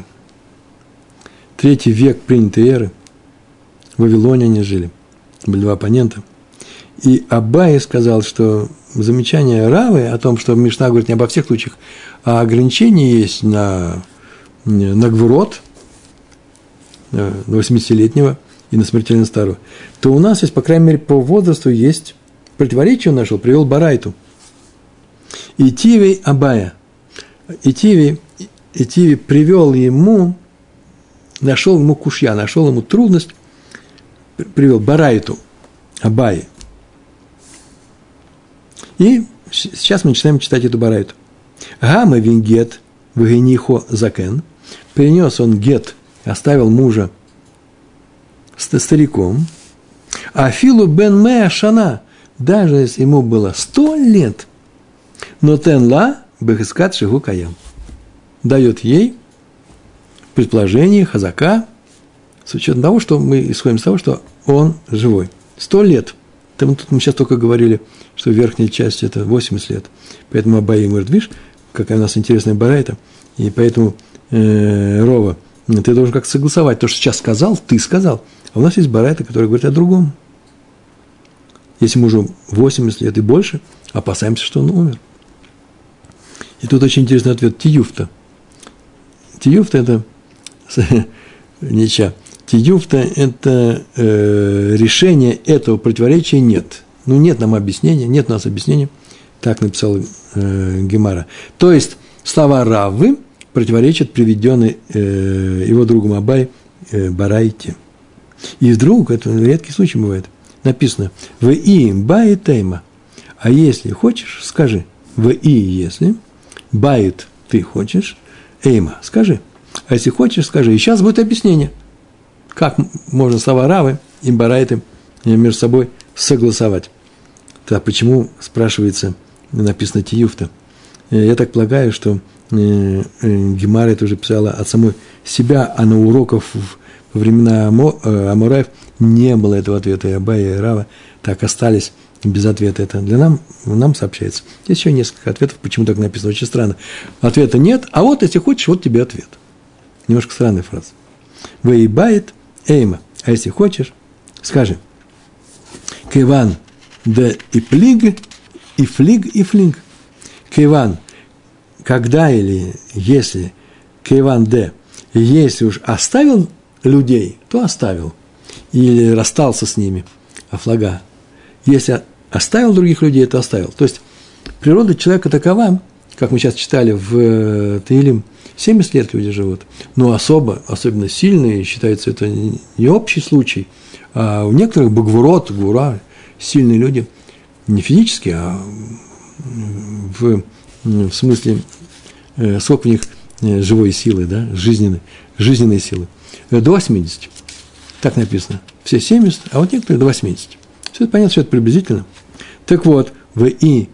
[SPEAKER 1] век принятой эры. В Вавилоне они жили. Были два оппонента. И Абай сказал, что замечание Равы о том, что Мишна говорит не обо всех случаях, а ограничение есть на гвурот, на 80-летнего и на смертельно старого, то у нас есть, по крайней мере, по возрасту есть противоречие, он нашел, привел Барайту. Итивей Абая. Итивей привел ему, нашел ему кушья, нашел ему трудность, привел Барайту Абаи. И сейчас мы начинаем читать эту Барайту. Гама вингет вгенихо закен. Принес он гет, оставил мужа стариком. А Филу бен меа шана, даже если ему было 100 лет, но тенла бехискат шигу каям, дает ей предположение хазака, с учетом того, что мы исходим из того, что он живой. 100 лет. Тут мы сейчас только говорили, что верхняя часть – это 80 лет. Поэтому Абай говорит, видишь, какая у нас интересная барайта, и поэтому Рова, ты должен как-то согласовать. То, что сейчас сказал, ты сказал. А у нас есть барайта, которая говорит о другом. Если мужу 80 лет и больше, опасаемся, что он умер. И тут очень интересный ответ Тиюфта. Тиюфта – это ничья. Тиюфта – это решение этого противоречия нет. Ну, нет нам объяснения, нет у нас объяснения. Так написал Гемара. То есть, слова Раввы противоречат приведенной его другом Абай барайте. И вдруг, это редкий случай бывает, написано «В и баит тейма». А если хочешь, скажи. «В и» если, «баит» ты хочешь, «эйма» скажи. А если хочешь, скажи. И сейчас будет объяснение, как можно слова Равы и барайты между собой согласовать. Так почему, спрашивается, написано Тиюфта? Я так полагаю, что Гемара это уже писала от самой себя, а на уроках во времена Амураев не было этого ответа, и Абай, и Рава так остались без ответа. Это для нам сообщается. Есть еще несколько ответов, почему так написано, очень странно. Ответа нет, а вот если хочешь, вот тебе ответ. Немножко странная фраза. Вейбает эйма. А если хочешь, скажи. Киван де и плиг, и флиг, и флинг. Киван, когда или если, киван де, если уж оставил людей, то оставил. Или расстался с ними, афлага. Если оставил других людей, то оставил. То есть, природа человека такова, как мы сейчас читали в Таилим, 70 лет люди живут, но особенно сильные, считается, это не общий случай, а у некоторых гвура, сильные люди, не физически, а в смысле, сколько у них живой силы, да, жизненной силы, до 80. Так написано. Все 70, а вот некоторые до 80. Все это понятно, все это приблизительно. Так вот, в и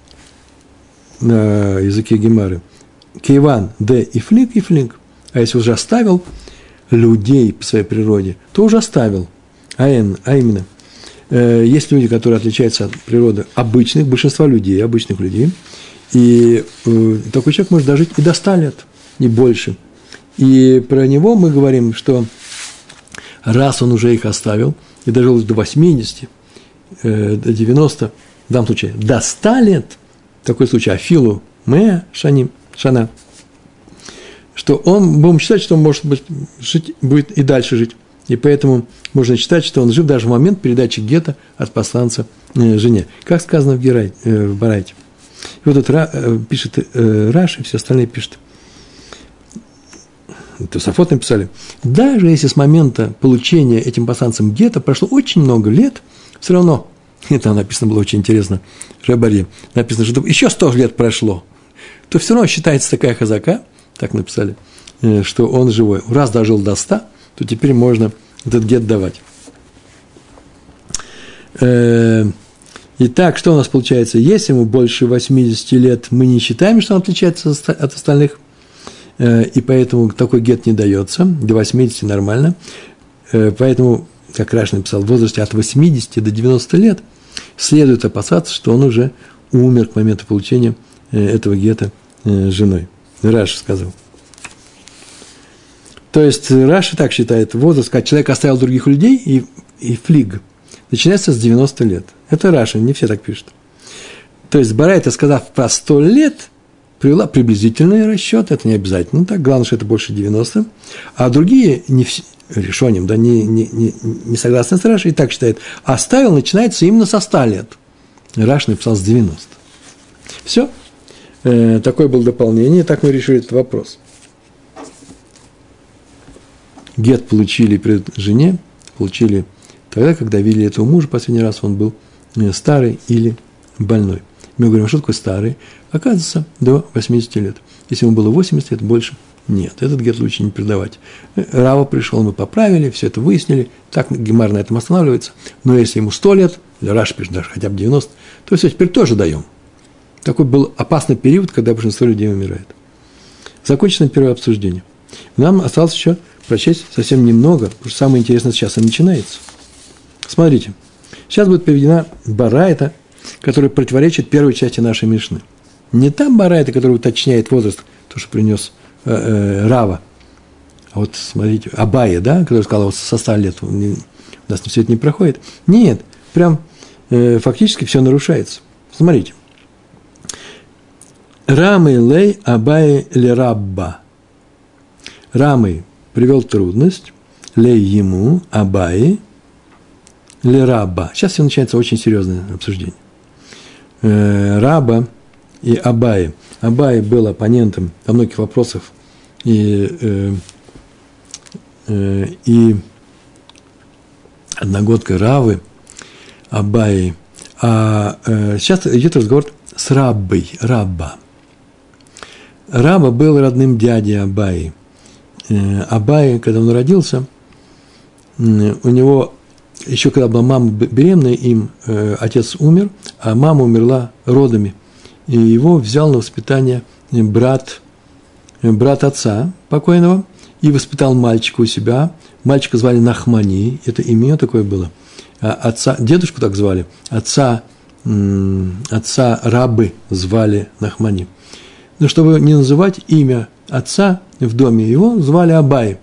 [SPEAKER 1] на языке Гемары Киван, де и флинг. А если уже оставил людей по своей природе, то уже оставил. А именно, есть люди, которые отличаются от природы большинства людей, обычных людей. И такой человек может дожить и до 100 лет, не больше. И про него мы говорим, что раз он уже их оставил и дожил до 80, до 90, в данном случае до 100 лет, такой случай, афилу меа шана, что он, будем считать, что он может быть, жить, будет и дальше жить. И поэтому можно считать, что он жив даже в момент передачи гета от посланца жене. Как сказано в Барайте. И вот тут пишет Раши, все остальные пишут. Тосафот написали. Даже если с момента получения этим посланцем гета прошло очень много лет, все равно и там написано было очень интересно, Ребари, написано, что еще 100 лет прошло, то все равно считается такая хазака, так написали, что он живой. Раз дожил до 100, то теперь можно этот гет давать. Итак, что у нас получается? Если ему больше 80 лет, мы не считаем, что он отличается от остальных, и поэтому такой гет не дается, до 80 нормально. Поэтому, как Раши написал, в возрасте от 80 до 90 лет следует опасаться, что он уже умер к моменту получения этого гета женой. Раши сказал. То есть Раши так считает, возраст, когда человек оставил других людей, и флиг, начинается с 90 лет. Это Раши, не все так пишут. То есть Барайта, сказав про 100 лет, привела приблизительный расчет, это не обязательно так, главное, что это больше 90, а другие решением, да, не согласны с Раши, и так считает, оставил, начинается именно со 100 лет. Раши написал с 90. Все. Такое было дополнение, так мы решили этот вопрос. Гет получили при жене, получили тогда, когда видели этого мужа, последний раз он был старый или больной. Мы говорим, что такое старый? Оказывается, до 80 лет. Если ему было 80 лет, больше нет. Этот гет лучше не передавать. Рава пришел, мы поправили, все это выяснили. Так Гемар на этом останавливается. Но если ему 100 лет, или Раши пишет даже хотя бы 90, то все, теперь тоже даем. Такой был опасный период, когда большинство людей умирает. Закончено первое обсуждение. Нам осталось еще прочесть совсем немного, потому что самое интересное сейчас и начинается. Смотрите, сейчас будет приведена барайта, которая противоречит первой части нашей Мишны. Не та барайта, которая уточняет возраст, то, что принес Рава, а вот смотрите, Абая, да, который сказал, вот со 100 лет у нас все это не проходит. Нет, прям фактически все нарушается. Смотрите. Рамы лей Абай ле Рабба. Рамы привел трудность, лей ему, Абай ле Рабба. Сейчас все начинается очень серьезное обсуждение. Раба и Абай. Абай был оппонентом во многих вопросах и одногодкой Равы, Абай. А сейчас идет разговор с Раббой, Рабба. Раба был родным дядей Абаи. Абай, когда он родился, у него, еще когда была мама беременная им, отец умер, а мама умерла родами. И его взял на воспитание брат отца покойного и воспитал мальчика у себя. Мальчика звали Нахмани, это имя такое было. А отца, дедушку так звали, отца Рабы звали Нахмани. Но чтобы не называть имя отца в доме, его звали Абай.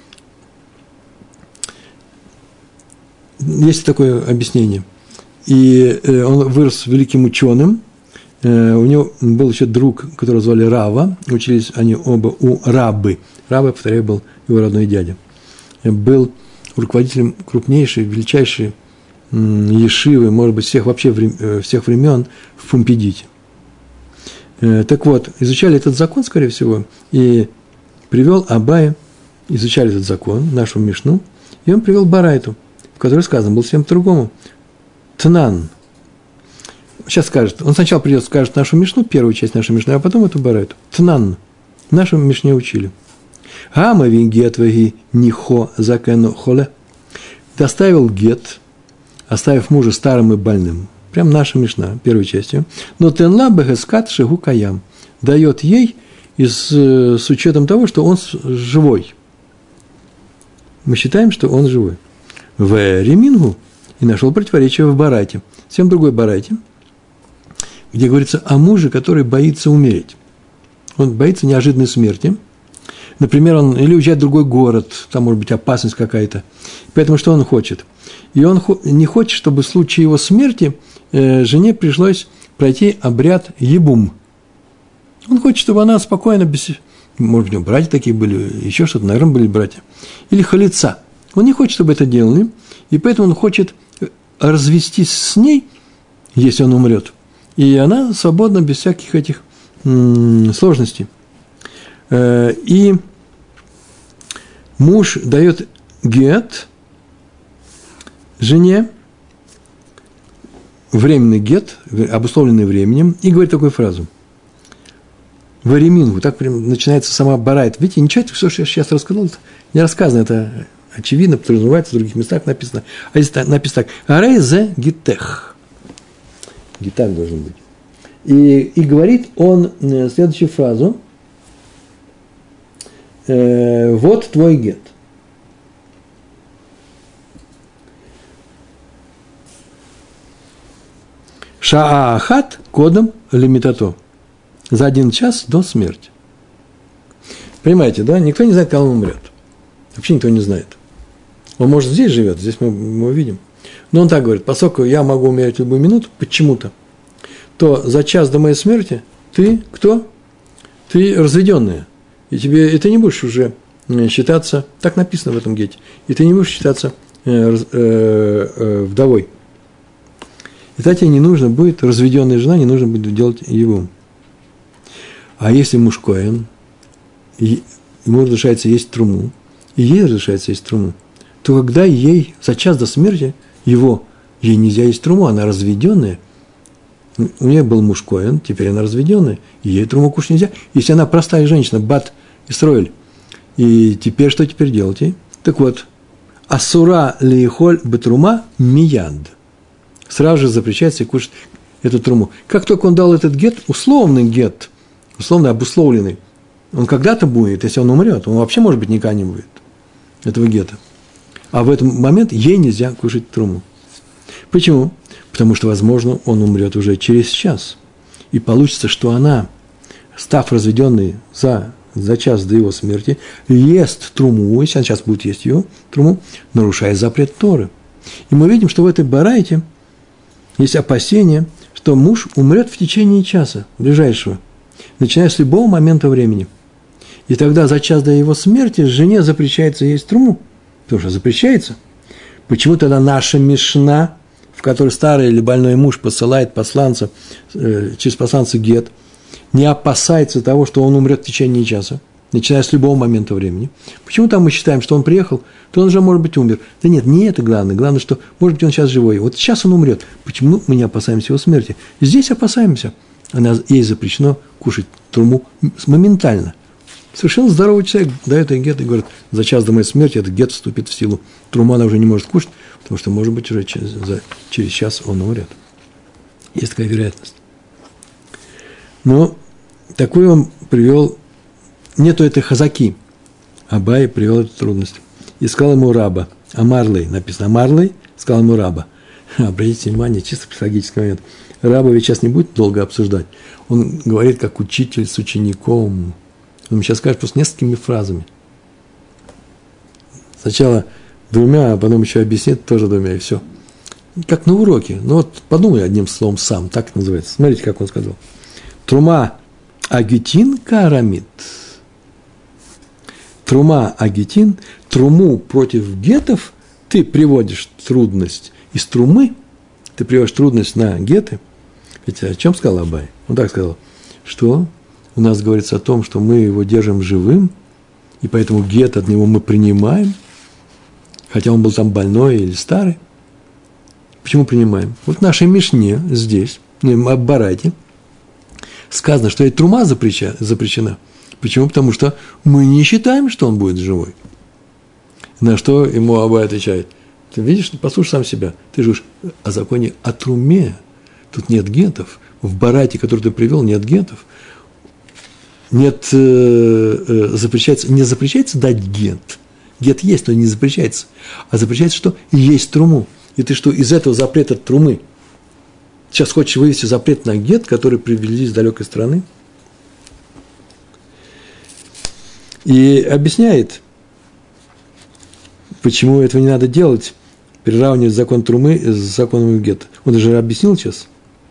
[SPEAKER 1] Есть такое объяснение. И он вырос великим ученым. У него был еще друг, которого звали Рава. Учились они оба у Рабы. Рава, повторяю, был его родной дядя. Был руководителем крупнейшей, величайшей ешивы, может быть, всех времен в Помпедите. Так вот, изучали этот закон, скорее всего, и привел Абая, изучали этот закон, нашу Мишну, и он привел барайту, в которой сказано, было всем по-другому. Тнан. Сейчас скажет, он сначала придет, скажет нашу Мишну, первую часть нашей Мишны, а потом эту барайту. Тнан. Нашу Мишне учили. Гама вингет ваги нихо закену холе. Доставил гет, оставив мужа старым и больным. Прям наша Мишна, первой частью. Но тенла бехескат шигу каям. Дает ей с учетом того, что он живой. Мы считаем, что он живой. В Ремингу и нашел противоречие в барайте. Всем другой барайте, где говорится о муже, который боится умереть. Он боится неожиданной смерти. Например, он или уезжает в другой город, там может быть опасность какая-то. Поэтому что он хочет? И он не хочет, чтобы в случае его смерти жене пришлось пройти обряд ебум. Он хочет, чтобы она спокойно, может быть, у него братья такие были, еще что-то, наверное, были братья. Или халица. Он не хочет, чтобы это делали, и поэтому он хочет развестись с ней, если он умрет. И она свободна, без всяких этих сложностей. И муж дает гет жене, временный гет, обусловленный временем, и говорит такую фразу. Варемингу, так прям начинается сама барайт. Видите, ничего, все, что я сейчас рассказал, это не рассказано, это очевидно, подразумевается, в других местах написано. А здесь написано так. Арейзе гитех. Гитак должен быть. И говорит он следующую фразу. Вот твой гет. Шаахат кодом лимитато. За 1 час до смерти. Понимаете, да? Никто не знает, когда он умрет. Вообще никто не знает. Он, может, здесь живет, здесь мы увидим. Но он так говорит, поскольку я могу умереть в любую минуту, почему-то, то за час до моей смерти ты кто? Ты разведенная. И ты не будешь уже считаться, так написано в этом гете, и ты не будешь считаться вдовой. И тогда тебе не нужно будет, разведенная жена, не нужно будет делать его. А если муж коэн, ему разрешается есть труму, и ей разрешается есть труму, то когда ей за час до смерти ей нельзя есть труму, она разведенная, у нее был муж коэн, теперь она разведенная, и ей труму кушать нельзя. Если она простая женщина, бат Исроэль, и теперь что теперь делать ей? Так вот, асура лейхоль бетрума мияд. Сразу же запрещается кушать эту труму. Как только он дал этот гет, условный гет, условно обусловленный, он когда-то будет, если он умрет, он вообще, может быть, никогда не будет, этого гета. А в этот момент ей нельзя кушать труму. Почему? Потому что, возможно, он умрет уже через час. И получится, что она, став разведенной за час до его смерти, ест труму, если она сейчас будет есть ее труму, нарушая запрет Торы. И мы видим, что в этой барайте есть опасение, что муж умрет в течение часа ближайшего, начиная с любого момента времени. И тогда за час до его смерти жене запрещается есть труму. Потому что запрещается. Почему тогда наша мишна, в которой старый или больной муж посылает посланца, через посланца гет, не опасается того, что он умрет в течение часа, начиная с любого момента времени? Почему там мы считаем, что он приехал, то он уже, может быть, умер? Да нет, не это главное. Главное, что, может быть, он сейчас живой. Вот сейчас он умрет. Почему мы не опасаемся его смерти? Здесь опасаемся. Ей запрещено кушать труму моментально. Совершенно здоровый человек дает ей гет и говорит, за час до моей смерти этот гет вступит в силу. Труму она уже не может кушать, потому что, может быть, уже через час он умрет. Есть такая вероятность. Но такой он привел, нету этой хазаки. Абай привел эту трудность. И сказал ему раба, Амарлей, написано Амарлей, сказал ему раба. Обратите внимание, чисто психологический момент. Раба ведь сейчас не будет долго обсуждать. Он говорит, как учитель с учеником. Он сейчас скажет просто несколькими фразами. Сначала 2, а потом еще объяснит тоже 2, и все. Как на уроке. Ну вот подумай одним словом сам, так это называется. Смотрите, как он сказал. Трума агютин каарамид. Трума агютин, труму против гетов ты приводишь трудность. Из трумы ты приводишь трудность на геты. Ведь о чем сказал Абай? Он так сказал, что у нас говорится о том, что мы его держим живым, и поэтому гет от него мы принимаем, хотя он был там больной или старый. Почему принимаем? Вот в нашей Мишне здесь, в Барайте, сказано, что и трума запрещена. Почему? Потому что мы не считаем, что он будет живой. На что ему Абай отвечает? Ты видишь, послушай сам себя. Ты же о законе о труме. Тут нет гетов. В Барате, который ты привел, нет гетов. Нет, не запрещается дать гет. Гет есть, но не запрещается. А запрещается, что есть труму. И ты что, из этого запрета трумы сейчас хочешь вывести запрет на гет, который привели с далекой страны? И объясняет, почему этого не надо делать, приравнивать закон трумы с законом гета. Он даже объяснил сейчас.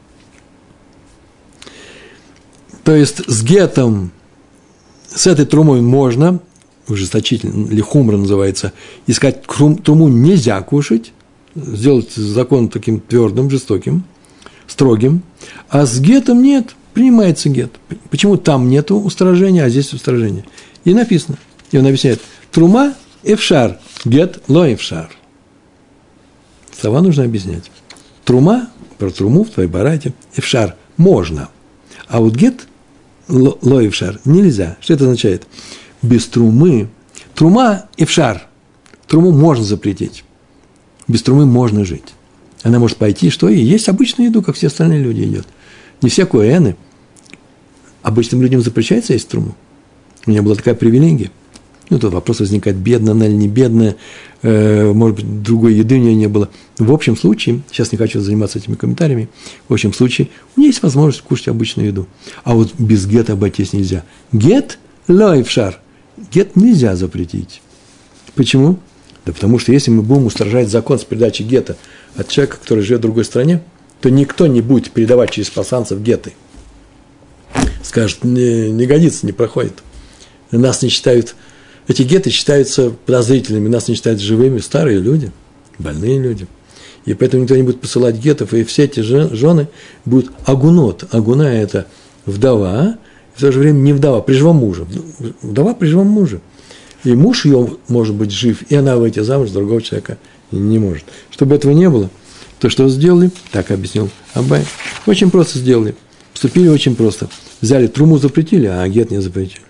[SPEAKER 1] То есть с гетом, с этой трумой можно, ужесточительно, или хумра называется, искать труму нельзя кушать, сделать закон таким твердым, жестоким, строгим, а с гетом нет, принимается гет. Почему там нету устражения, а здесь устражение? И написано, и он объясняет, трума эфшар, гет ло эфшар. Слова нужно объяснять. Трума про труму в твоей барайте, эфшар можно, а вот гет ло эфшар нельзя. Что это означает? Без трумы, трума эфшар, труму можно запретить, без трумы можно жить. Она может пойти, что и есть обычную еду, как все остальные люди едят. Не все коэны. Обычным людям запрещается есть труму. У меня была такая привилегия. Ну, тут вопрос возникает, бедная она или не бедная, может быть, другой еды у нее не было. В общем случае, сейчас не хочу заниматься этими комментариями, в общем случае, у нее есть возможность кушать обычную еду. А вот без гета обойтись нельзя. Гет ло эфшар. Гет нельзя запретить. Почему? Да потому что если мы будем устражать закон с передачи гета от человека, который живет в другой стране, то никто не будет передавать через посланцев геты. Скажет, не годится, не проходит. Нас не считают, эти геты считаются подозрительными, нас не считают живыми старые люди, больные люди. И поэтому никто не будет посылать гетов, и все эти жены будут агунот. Агуна – это вдова, в то же время не вдова, при живом муже. Вдова при живом муже. И муж ее может быть жив, и она выйти замуж за другого человека не может. Чтобы этого не было, то что сделали? Так объяснил Абай. Очень просто сделали. Поступили очень просто. Взяли труму, запретили, а гет не запретили.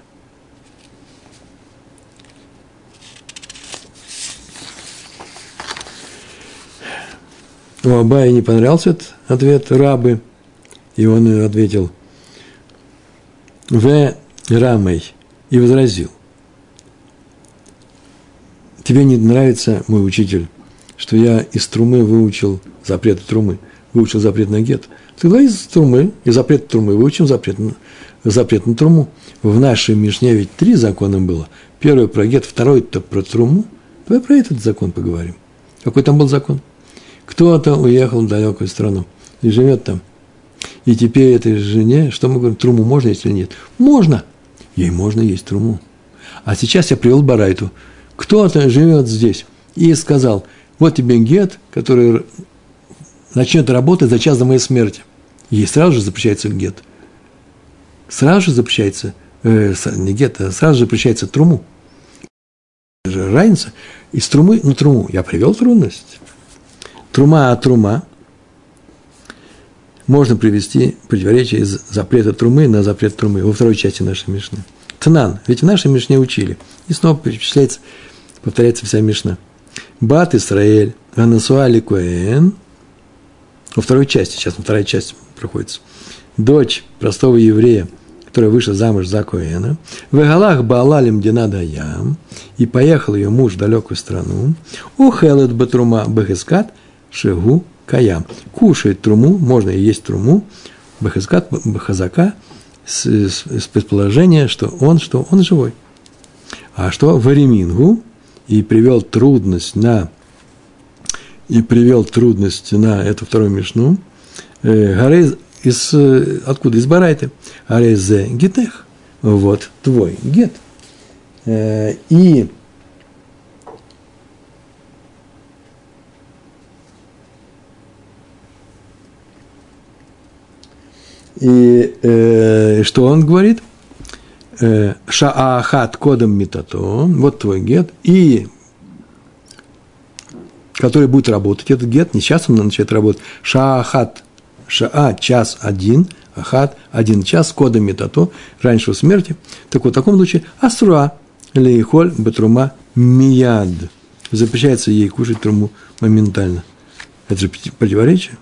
[SPEAKER 1] У Абая не понравился этот ответ рабы, и он ответил «В рамей» и возразил: «Тебе не нравится, мой учитель, что я из трумы выучил запрет трумы, выучил запрет на гет? Тогда из трумы, из запрета трумы выучим запрет на труму. В нашей Мишне ведь 3 закона было. Первый про гет, второй-то про труму. Давай про этот закон поговорим. Какой там был закон? Кто-то уехал в далекую страну и живет там. И теперь этой жене, что мы говорим, труму можно есть или нет? Можно. Ей можно есть труму. А сейчас я привел барайту. Кто-то живет здесь и сказал, вот тебе гет, который начнет работать за час до моей смерти. Ей сразу же запрещается гет. Сразу же запрещается, не гет, а сразу же запрещается труму. Разница из трумы на труму. Я привел трудность. Трума от трума. Можно привести противоречие из запрета трумы на запрет трумы во второй части нашей Мишны. Тнан. Ведь в нашей Мишне учили. И снова повторяется вся Мишна. Бат Исраэль, Анасуали Коэн. Во второй части, сейчас вторая часть проходится. Дочь простого еврея, которая вышла замуж за Коэна. Вегалах Баалалим Динадаям. И поехал ее муж в далекую страну. Ухелет Батрума Бехескат Шегу Каям. Кушает труму, можно и есть труму. Бехескат Бехазака с предположения, что он живой. А что в Аремингу и привел трудность на эту вторую Мишну. Откуда? Из Барайты. Арезе гетех. Вот твой гет. И что он говорит? Шаахат кодом митато, вот твой гет, и который будет работать, этот гет, не сейчас он начинает работать, шаахат, шаа, час 1, ахат, 1 час, кодом митато, раньше смерти, так вот в таком случае, асруа, лейхоль, бетрума, мияд, запрещается ей кушать труму моментально. Это же противоречие.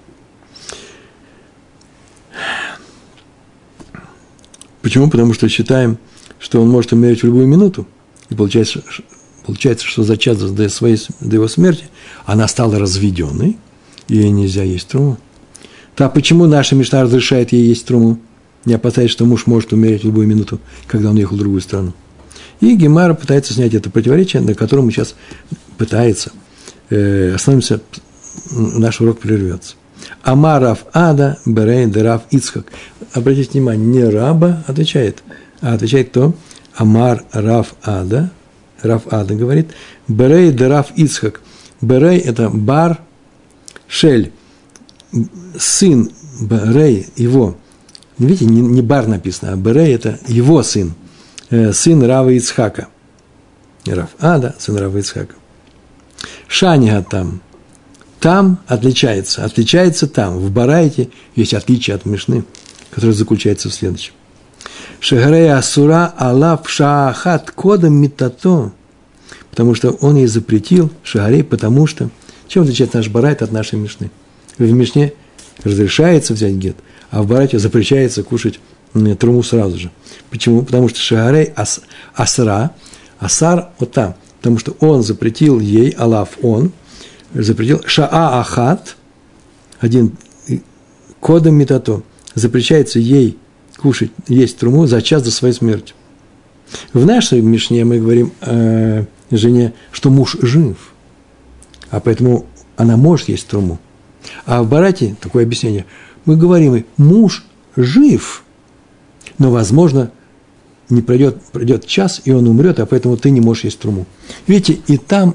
[SPEAKER 1] Почему? Потому что считаем, что он может умереть в любую минуту. И получается, что за час до его смерти она стала разведенной, и ей нельзя есть труму. Так почему наша Мишна разрешает ей есть труму, не опасаясь, что муж может умереть в любую минуту, когда он ехал в другую страну? И Гемара пытается снять это противоречие, на котором мы сейчас пытается. Остановимся, наш урок прервется. Амар Рав Ада Берей де Рав Ицхак. Обратите внимание, не раба отвечает, а отвечает кто? Амар Рав Ада. Рав Ада говорит. Берей де Рав Ицхак. Берей – это бар шель. Сын Берей, его. Видите, не бар написано, а Берей – это его сын. Сын Рава Ицхака. Рав Ада, сын Рава Ицхака. Шанига там. там отличается там. В Барайте есть отличие от Мишны, которое заключается в следующем. Шегарея асура алав шаахат кодом митато. Потому что он ей запретил, шагарей, потому что... Чем отличается наш Барайт от нашей Мишны? В Мишне разрешается взять гет, а в Барайте запрещается кушать труму сразу же. Почему? Потому что шагарей асра, асар вот там. Потому что он запретил ей, алав он, запретил шаа ахат, один кодом митато, запрещается ей кушать, есть труму за час до своей смерти. В нашей Мишне мы говорим о жене, что муж жив, а поэтому она может есть труму. А в Барате такое объяснение. Мы говорим, муж жив, но, возможно, не пройдет час, и он умрет, а поэтому ты не можешь есть труму. Видите, и там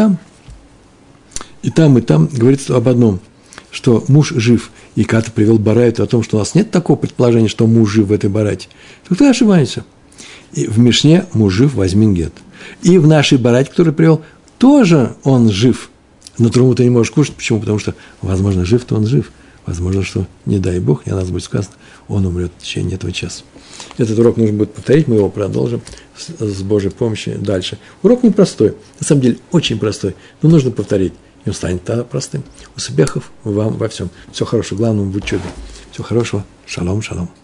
[SPEAKER 1] говорится об одном, что муж жив. И когда ты привел Барайту о том, что у нас нет такого предположения, что муж жив в этой Барайте, то ты ошибаешься. И в Мишне муж жив, возьми гет. И в нашей Барайте, который привел, тоже он жив. Но труму ты не можешь кушать. Почему? Потому что, возможно, жив-то он жив. Возможно, что, не дай Бог, и о нас будет сказано, он умрет в течение этого часа. Этот урок нужно будет повторить, мы его продолжим с Божьей помощью дальше. Урок непростой, на самом деле очень простой, но нужно повторить, и он станет тогда простым. Успехов вам во всем. Всего хорошего, главное в учебе. Всего хорошего. Шалом, шалом.